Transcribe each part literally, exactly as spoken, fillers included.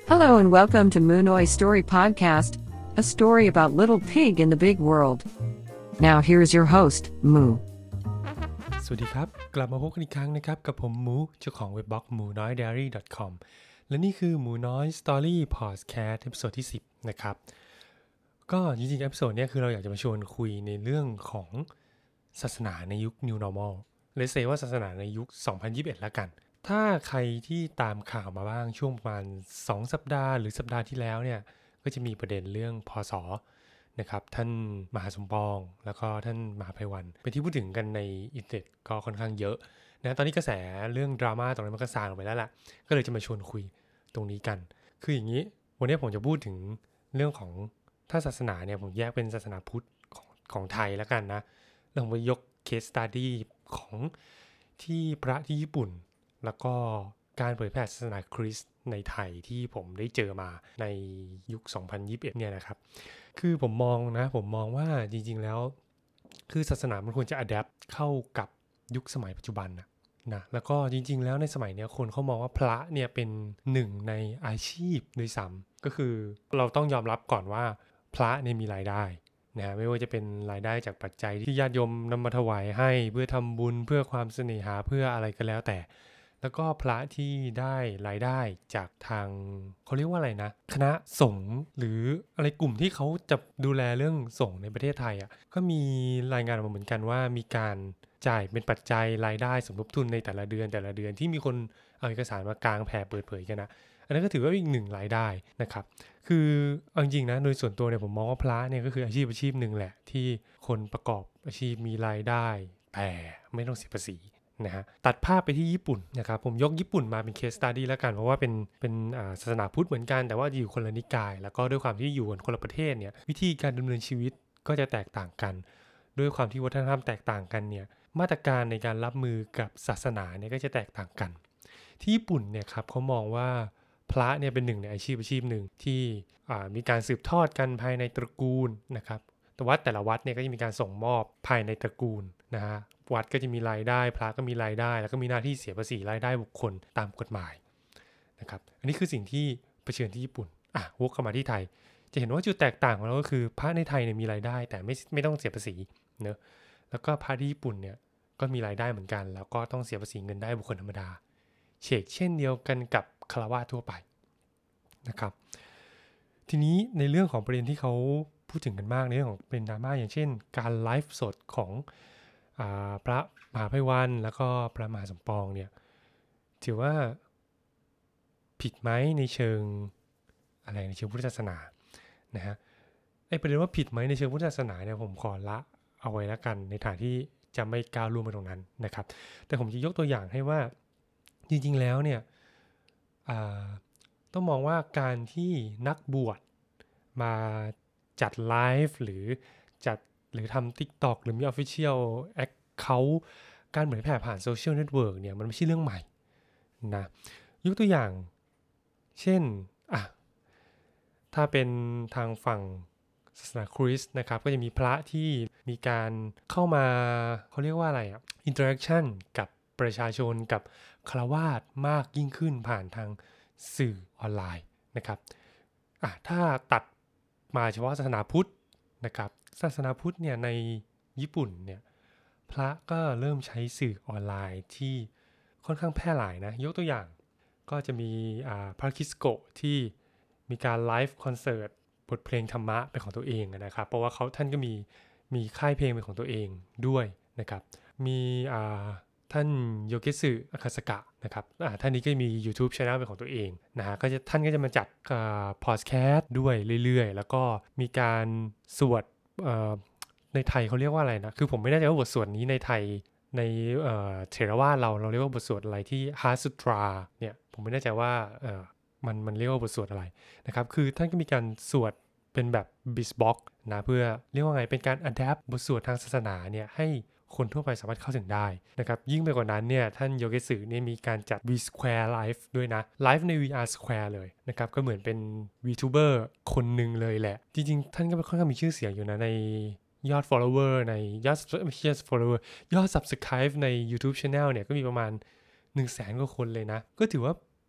Hello and welcome to Moonoi Story Podcast, a story about little pig in the big world. Now here's your host, Moo. สวัสดีครับกลับมาพบกันอีกครั้งนะครับกับผมมูเจ้าของเว็บบล็อกมูน้อย ไดอารี่ ดอท คอม และนี่คือมูน้อย Story Podcast ตอนที่สิบนะครับก็จริงๆเอพิโซดนี้คือเราอยากจะมาชวนคุยในเรื่องของศาสนาในยุค New Normal เลยเซว่าศาสนาในยุคสองพันยี่สิบเอ็ดละกันถ้าใครที่ตามข่าวมาบ้างช่วงประมาณสองสัปดาห์หรือสัปดาห์ที่แล้วเนี่ยก็จะมีประเด็นเรื่องพศนะครับท่านมหาสมปองแล้วก็ท่านมหาไพวันเป็นที่พูดถึงกันในอินเทอร์เน็ตก็ค่อนข้างเยอะนะตอนนี้กระแสเรื่องดราม่าตรงนั้นมันก็ซาลงไปแล้วล่ะก็เลยจะมาชวนคุยตรงนี้กันคืออย่างนี้วันนี้ผมจะพูดถึงเรื่องของถ้าศาสนาเนี่ยผมแยกเป็นศาสนาพุทธของของไทยแล้วกันนะแล้วผมจะยกเคสสตัดดี้ของที่พระที่ญี่ปุ่นแล้วก็การเผยแพร่ศาสนาคริสต์ในไทยที่ผมได้เจอมาในยุคสองพันยี่สิบเอ็ดเนี่ยนะครับคือผมมองนะผมมองว่าจริงๆแล้วคือศาสนามันควรจะอัดแอปเข้ากับยุคสมัยปัจจุบันนะนะแล้วก็จริงๆแล้วในสมัยเนี้ยคนเขามองว่าพระเนี่ยเป็นหนึ่งในอาชีพด้วยซ้ำก็คือเราต้องยอมรับก่อนว่าพระเนี่ยมีรายได้นะไม่ว่าจะเป็นรายได้จากปัจจัยที่ญาติโยมนำมาถวายให้เพื่อทำบุญเพื่อความเสน่หาเพื่ออะไรก็แล้วแต่แล้วก็พระที่ได้รายได้จากทางเขาเรียกว่าอะไรนะคณะสงฆ์หรืออะไรกลุ่มที่เขาจะดูแลเรื่องสงฆ์ในประเทศไทยอ่ะก็มีรายงานออกมาเหมือนกันว่ามีการจ่ายเป็นปัจจัยรายได้สมทบทุนในแต่ละเดือนแต่ละเดือนที่มีคนเอาเอกสารมากางแผ่เปิดเผยกันนะอันนั้นก็ถือว่าอีกหนึ่งรายได้นะครับคือเอาจริงๆนะโดยส่วนตัวเนี่ยผมมองว่าพระเนี่ยก็คืออาชีพอาชีพหนึ่งแหละที่คนประกอบอาชีพมีรายได้แต่ไม่ต้องเสียภาษีนะฮะตัดภาพไปที่ญี่ปุ่นนะครับผมยกญี่ปุ่นมาเป็นเคสสตัดดี้แล้วกันเพราะว่าเป็นเป็นศาสนาพุทธเหมือนกันแต่ว่าอยู่คนละนิกายแล้วก็ด้วยความที่อยู่กันคนละประเทศเนี่ยวิธีการดำเนินชีวิตก็จะแตกต่างกันด้วยความที่วัฒนธรรมแตกต่างกันเนี่ยมาตรการในการรับมือกับศาสนาเนี่ยก็จะแตกต่างกันที่ญี่ปุ่นเนี่ยครับเขามองว่าพระเนี่ยเป็นหนึ่งในอาชีพอาชีพหนึ่งที่มีการสืบทอดกันภายในตระกูลนะครับแต่วัดแต่ละวัดเนี่ยก็จะมีการส่งมอบภายในตระกูลนะฮะวัดก็จะมีรายได้พระก็มีรายได้แล้วก็มีหน้าที่เสียภาษีรายได้บุคคลตามกฎหมายนะครับอันนี้คือสิ่งที่เผชิญที่ญี่ปุ่นอ่ะวกเข้ามาที่ไทยจะเห็นว่าจุดแตกต่างของเราก็คือพระในไทยเนี่ยมีรายได้แต่ไม่ไม่ต้องเสียภาษีเนอะแล้วก็พระที่ญี่ปุ่นเนี่ยก็มีรายได้เหมือนกันแล้วก็ต้องเสียภาษีเงินได้บุคคลธรรมดาเฉกเช่นเดียวกันกับฆราวาสทั่วไปนะครับทีนี้ในเรื่องของประเด็นที่เขาพูดถึงกันมากในเรื่องของเป็นดราม่าอย่างเช่นการไลฟ์สดของพระมหาไพวันแล้วก็พระมหาสมปองเนี่ยถือว่าผิดไหมในเชิงอะไรในเชิงพุทธศาสนานะฮะไอ้ประเด็นว่าผิดไหมในเชิงพุทธศาสนาเนี่ยผมขอละเอาไว้แล้วกันในฐานที่จะไม่ก้าวล่วงไปตรงนั้นนะครับแต่ผมจะยกตัวอย่างให้ว่าจริงๆแล้วเนี่ยต้องมองว่าการที่นักบวชมาจัดไลฟ์หรือจัดหรือทำ TikTok หรือมี Official Account การเผยแพร่ผ่านโซเชียลเน็ตเวิร์กเนี่ยมันไม่ใช่เรื่องใหม่นะยกตัวอย่างเช่นอ่ะถ้าเป็นทางฝั่งศาสนาคริสต์นะครับก็จะมีพระที่มีการเข้ามาเขาเรียกว่าอะไรอ่ะ interaction กับประชาชนกับฆราวาสมากยิ่งขึ้นผ่านทางสื่อออนไลน์นะครับอ่ะถ้าตัดมาเฉพาะศาสนาพุทธนะครับศาสนาพุทธเนี่ยในญี่ปุ่นเนี่ยพระก็เริ่มใช้สื่อออนไลน์ที่ค่อนข้างแพร่หลายนะยกตัวอย่างก็จะมีพระคริสโกะที่มีการไลฟ์คอนเสิร์ตบทเพลงธรรมะเป็นของตัวเองนะครับเพราะว่าเขาท่านก็มีมีค่ายเพลงเป็นของตัวเองด้วยนะครับมีท่านโยเกสึอาคาสกะนะครับท่านนี้ก็มี YouTube Channel เป็นของตัวเองนะฮะก็จะท่านก็จะมาจัดพอดแคสต์ด้วยเรื่อยๆแล้วก็มีการสวดในไทยเขาเรียกว่าอะไรนะคือผมไม่แน่ใจว่าบทสวดนี้ในไทยในเทรวาสเราเราเรียกว่าบทสวดอะไรที่ฮาสุตราเนี่ยผมไม่แน่ใจว่ามันมันเรียกว่าบทสวดอะไรนะครับคือท่านก็มีการสวดเป็นแบบบิสบ็อกนะเพื่อเรียกว่าไงเป็นการอัดแอปบทสวดทางศาสนาเนี่ยให้คนทั่วไปสามารถเข้าถึงได้นะครับยิ่งไปกว่านั้นเนี่ยท่านโยเกสึเนี่ยมีการจัด V Square Live ด้วยนะไลฟ์ใน วี อาร์ Square เลยนะครับก็เหมือนเป็น VTuber คนหนึ่งเลยแหละจริงๆท่านก็ค่อนข้างมีชื่อเสียงอยู่นะในยอด follower ในยอด follower ยอด subscribe ใน YouTube Channel เนี่ยก็มีประมาณ หนึ่งแสน กว่าคนเลยนะก็ถือว่า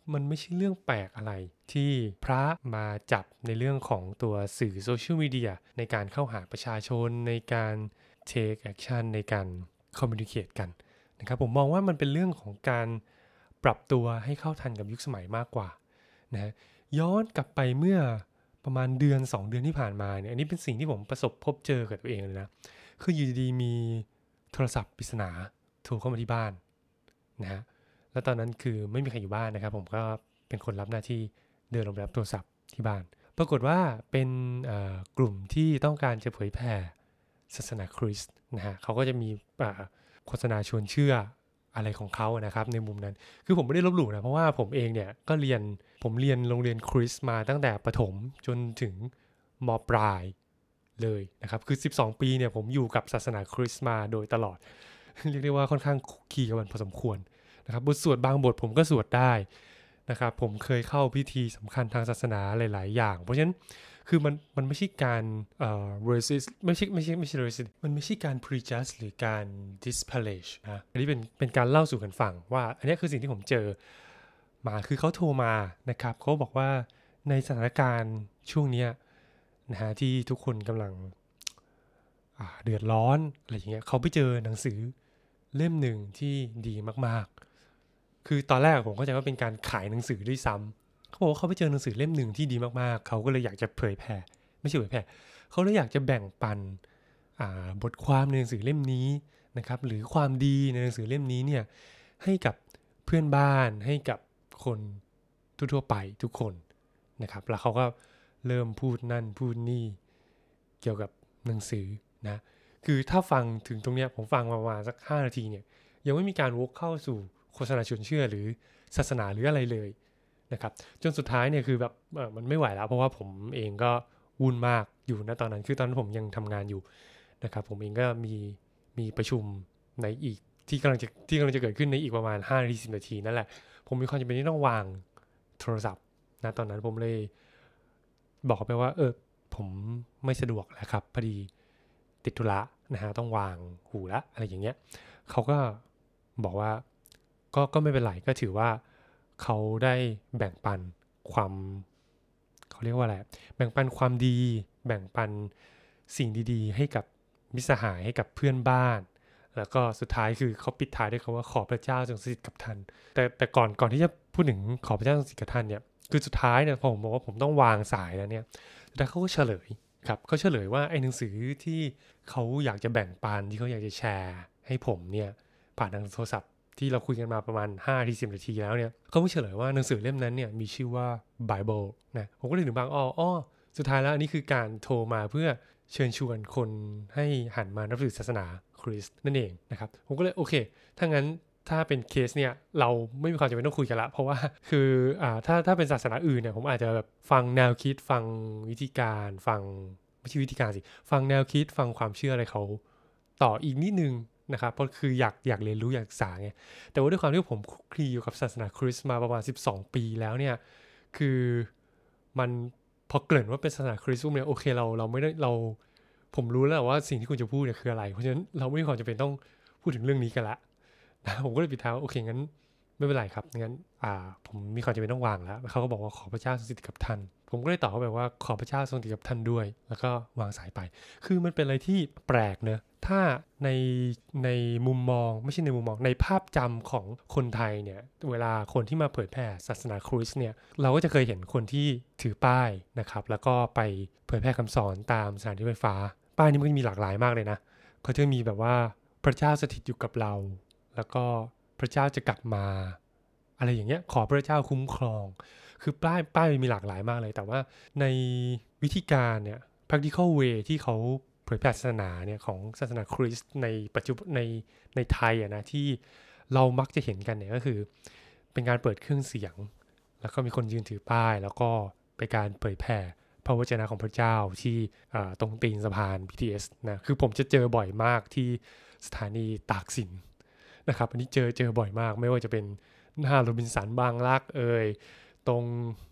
มันไม่ใช่เรื่องแปลกอะไรที่พระมาจับในเรื่องของตัวสื่อโซเชียลมีเดียในการเข้าหาประชาชนในการ take action ในการ communicate กันนะครับผมมองว่ามันเป็นเรื่องของการปรับตัวให้เข้าทันกับยุคสมัยมากกว่านะย้อนกลับไปเมื่อประมาณเดือนสองเดือนที่ผ่านมาเนี่ยอันนี้เป็นสิ่งที่ผมประสบพบเจอกับตัวเองเลยนะคืออยู่ดีๆมีโทรศัพท์ปริศนาโทรเข้ามาที่บ้านนะฮะแล้วตอนนั้นคือไม่มีใครอยู่บ้านนะครับผมก็เป็นคนรับหน้าที่เดินลงไปรับโทรศัพท์ที่บ้านปรากฏว่าเป็นกลุ่มที่ต้องการจะเผยแผ่ศาสนาคริสต์นะฮะเขาก็จะมีโฆษณาชวนเชื่ออะไรของเขานะครับในมุมนั้นคือผมไม่ได้ลบหลู่นะเพราะว่าผมเองเนี่ยก็เรียนผมเรียนโรงเรียนคริสต์มาตั้งแต่ประถมจนถึงม.ปลายเลยนะครับคือสิบสองปีเนี่ยผมอยู่กับศาสนาคริสต์มาโดยตลอดเรียกได้ว่าค่อนข้างคุกคีกับมันพอสมควรนะครับบทสวดบางบทผมก็สวดได้นะครับผมเคยเข้าพิธีสำคัญทางศาสนาหลายๆอย่างเพราะฉะนั้นคือมันมันไม่ใช่การเอ่อ resist ไม่ใช่ไม่ใช่ไม่ใช่ resist มันไม่ใช่การ prejudge หรือการ disparage นะอันนี้เป็นเป็นการเล่าสู่กันฟังว่าอันนี้คือสิ่งที่ผมเจอมาคือเขาโทรมานะครับเขาบอกว่าในสถานการณ์ช่วงนี้นะฮะที่ทุกคนกำลังเดือดร้อนอะไรอย่างเงี้ยเขาไปเจอหนังสือเล่มหนึ่งที่ดีมากๆคือตอนแรกผมเข้าใจว่าเป็นการขายหนังสือด้วยซ้ำเขาบอกว่าเขาไปเจอหนังสือเล่มหนึ่งที่ดีมากๆเขาก็เลยอยากจะเผยแผ่ไม่ใช่เผยแผ่เขาเลยอยากจะแบ่งปันบทความในหนังสือเล่มนี้นะครับหรือความดีในหนังสือเล่มนี้เนี่ยให้กับเพื่อนบ้านให้กับคนทั่วๆไปทุกคนนะครับแล้วเขาก็เริ่มพูดนั่นพูดนี่เกี่ยวกับหนังสือนะคือถ้าฟังถึงตรงเนี้ยผมฟังประมาณสักห้านาทีเนี่ยยังไม่มีการวกเข้าสู่โฆษณาชวนเชื่อหรือศาสนาหรืออะไรเลยนะครับจนสุดท้ายเนี่ยคือแบบเออมันไม่ไหวแล้วเพราะว่าผมเองก็วุ่นมากอยู่ณตอนนั้นคือตอนนั้นผมยังทำงานอยู่นะครับผมเองก็มีมีประชุมในอีกที่กำลังจะที่กำลังจะเกิดขึ้นในอีกประมาณห้านาทีสิบนาทีนั่นแหละผมมีความจำเป็นที่ต้องวางโทรศัพท์นะตอนนั้นผมเลยบอกเขาไปว่าเออผมไม่สะดวกแล้วครับพอดีติดธุระนะฮะต้องวางหูละอะไรอย่างเงี้ยเขาก็บอกว่าก็ก็ไม่เป็นไรก็ถือว่าเขาได้แบ่งปันความเขาเรียกว่าอะไรแบ่งปันความดีแบ่งปันสิ่งดีๆให้กับมิตรสหายให้กับเพื่อนบ้านแล้วก็สุดท้ายคือเขาปิดท้ายด้วยคำว่าขอพระเจ้าทรงสถิตกับท่านแต่แต่ก่อนก่อนที่จะพูดถึงขอพระเจ้าทรงสถิตกับท่านเนี่ยคือสุดท้ายเนี่ยพอผมบอกว่าผมต้องวางสายแล้วเนี่ยสุดท้ายเขาก็เฉลยครับเขาเฉลยว่าไอ้หนังสือที่เขาอยากจะแบ่งปันที่เขาอยากจะแชร์ให้ผมเนี่ยผ่านทางโทรศัพท์ที่เราคุยกันมาประมาณห้าถึงสิบนาทีแล้วเนี่ยเขาเฉลยว่าหนังสือเล่มนั้นเนี่ยมีชื่อว่า Bible นะผมก็เลยถึงบางอ้ออ้อสุดท้ายแล้วอันนี้คือการโทรมาเพื่อเชิญชวนคนให้หันมานับถือศาสนาคริสต์นั่นเองนะครับผมก็เลยโอเคถ้างั้นถ้าเป็นเคสเนี่ยเราไม่มีความจำเป็นต้องคุยกันละเพราะว่าคืออ่าถ้าถ้าเป็นศาสนาอื่นเนี่ยผมอาจจะแบบฟังแนวคิดฟังวิธีการฟังไม่ใช่วิธีการสิฟังแนวคิดฟังความเชื่ออะไรเขาต่ออีกนิดนึงนะครับเพราะคืออยากอยากเรียนรู้อยากศึกษาไงแต่ว่าด้วยความที่ผมคลุกคลีอยู่กับศาสนาคริสต์มาประมาณสิบสองปีแล้วเนี่ยคือมันพอเกริ่นว่าเป็นศาสนาคริสต์เนี่ยโอเคเราเราไม่ได้เราผมรู้แล้วว่าสิ่งที่คุณจะพูดเนี่ยคืออะไรเพราะฉะนั้นเราไม่มีความจำเป็นต้องพูดถึงเรื่องนี้กันละนะผมก็เลยปิดท้ายโอเคงั้นไม่เป็นไรครับงั้นอ่าผมมีความจำเป็นต้องวางแล้วเขาก็บอกว่าขอพระเจ้าทรงสถิตกับท่านผมก็เลยตอบเขาไปว่าขอพระเจ้าทรงสถิตกับท่านด้วยแล้วก็วางสายไปคือมันเป็นอะไรที่แปลกเนอะถ้าในในมุมมองไม่ใช่ในมุมมองในภาพจำของคนไทยเนี่ยเวลาคนที่มาเผยแผ่ศาสนาคริสต์เนี่ยเราก็จะเคยเห็นคนที่ถือป้ายนะครับแล้วก็ไปเผยแผ่คำสอนตามสถานีรถไฟฟ้าป้ายนี้มันก็มีหลากหลายมากเลยนะเขาจะมีแบบว่าพระเจ้าสถิตอยู่กับเราแล้วก็พระเจ้าจะกลับมาอะไรอย่างเงี้ยขอพระเจ้าคุ้มครองคือป้ายป้ายมีหลากหลายมากเลยแต่ว่าในวิธีการเนี่ย practical way ที่เขาเผยแผ่ศาสนาเนี่ยของศาสนาคริสต์ในปัจจุบันในในไทยอะนะที่เรามักจะเห็นกันเนี่ยก็คือเป็นการเปิดเครื่องเสียงแล้วก็มีคนยืนถือป้ายแล้วก็เป็นการเผยแผ่พระวจนะของพระเจ้าที่ตรงตีนสะพาน บี ที เอส นะคือผมจะเจอบ่อยมากที่สถานีตากสินนะครับอันนี้เจอเจอบ่อยมากไม่ว่าจะเป็นหน้าโรบินสันบางรักเอ่ยตรง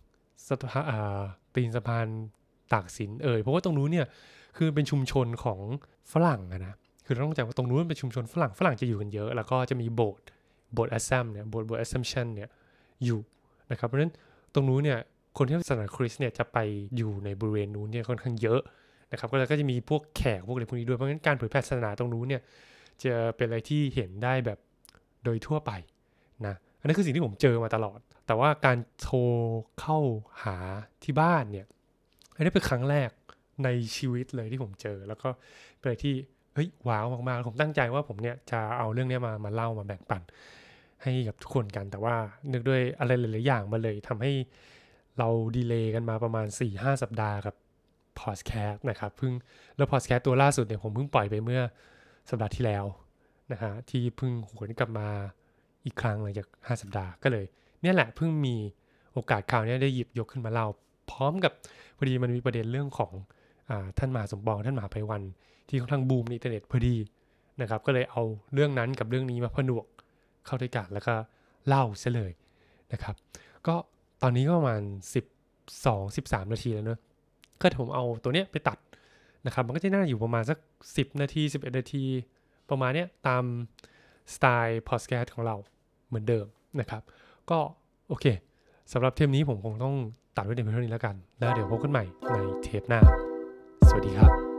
ตีนสะพานตากสินเอ่ยเพราะว่าตรงนู้นเนี่ยคือเป็นชุมชนของฝรั่งนะคือต้องจากว่าตรงนู้นเป็นชุมชนฝรั่งฝรั่งจะอยู่กันเยอะแล้วก็จะมีโบสถ์โบสถ์แอสซัมเนี่ยโบสถ์โบสถ์แอสซัมชันเนี่ยอยู่นะครับเพราะฉะนั้นตรงนู้นเนี่ยคนที่ศาสนาคริสต์เนี่ยจะไปอยู่ในบริเวณนู้นเนี่ยค่อนข้างเยอะนะครับก็แล้วก็จะมีพวกแขกพวกอะไรพวกนี้ด้วยเพราะงั้นการเผยแพร่ศาสนาตรงนู้นเนี่ยจะเป็นอะไรที่เห็นได้แบบโดยทั่วไปนะอันนั้นคือสิ่งที่ผมเจอมาตลอดแต่ว่าการโทรเข้าหาที่บ้านเนี่ยอันนี้เป็นครั้งแรกในชีวิตเลยที่ผมเจอแล้วก็เป็นอะไรที่เฮ้ยว้าวมากๆผมตั้งใจว่าผมเนี่ยจะเอาเรื่องนี้มามาเล่ามาแบ่งปันให้กับทุกคนกันแต่ว่านึกด้วยอะไรหลายๆอย่างมาเลยทำให้เราดีเลย์กันมาประมาณ สี่ห้า สัปดาห์กับพอดแคสต์นะครับเพิ่งแล้วพอดแคสต์ตัวล่าสุดเนี่ยผมเพิ่งปล่อยไปเมื่อสัปดาห์ที่แล้วนะฮะที่เพิ่งหวนกลับมาอีกครั้งหลังจากห้าสัปดาห์ก็เลยเนี่ยแหละเพิ่งมีโอกาสคราวนี้ได้หยิบยกขึ้นมาเล่าพร้อมกับพอดีมันมีประเด็นเรื่องของอ่าท่านมหาสมปองท่านมหาไพวันที่ค่อนข้างบูมในอินเทอร์เน็ตพอดีนะครับก็เลยเอาเรื่องนั้นกับเรื่องนี้มาผนวกเข้าด้วยกันแล้วก็เล่าซะเลยนะครับก็ตอนนี้ก็ประมาณสิบสอง สิบสามนาทีแล้วเนอะก็ผมเอาตัวเนี้ยไปตัดนะครับมันก็จะน่าอยู่ประมาณสักสิบนาทีสิบเอ็ดนาทีประมาณเนี้ยตามสไตล์พอดแคสต์ของเราเหมือนเดิมนะครับก็โอเคสำหรับเทปนี้ผมคงต้องตัดไว้ในเพียงเท่านี้แล้วกันแล้วเดี๋ยวพบกันใหม่ในเทปหน้าสวัสดีครับ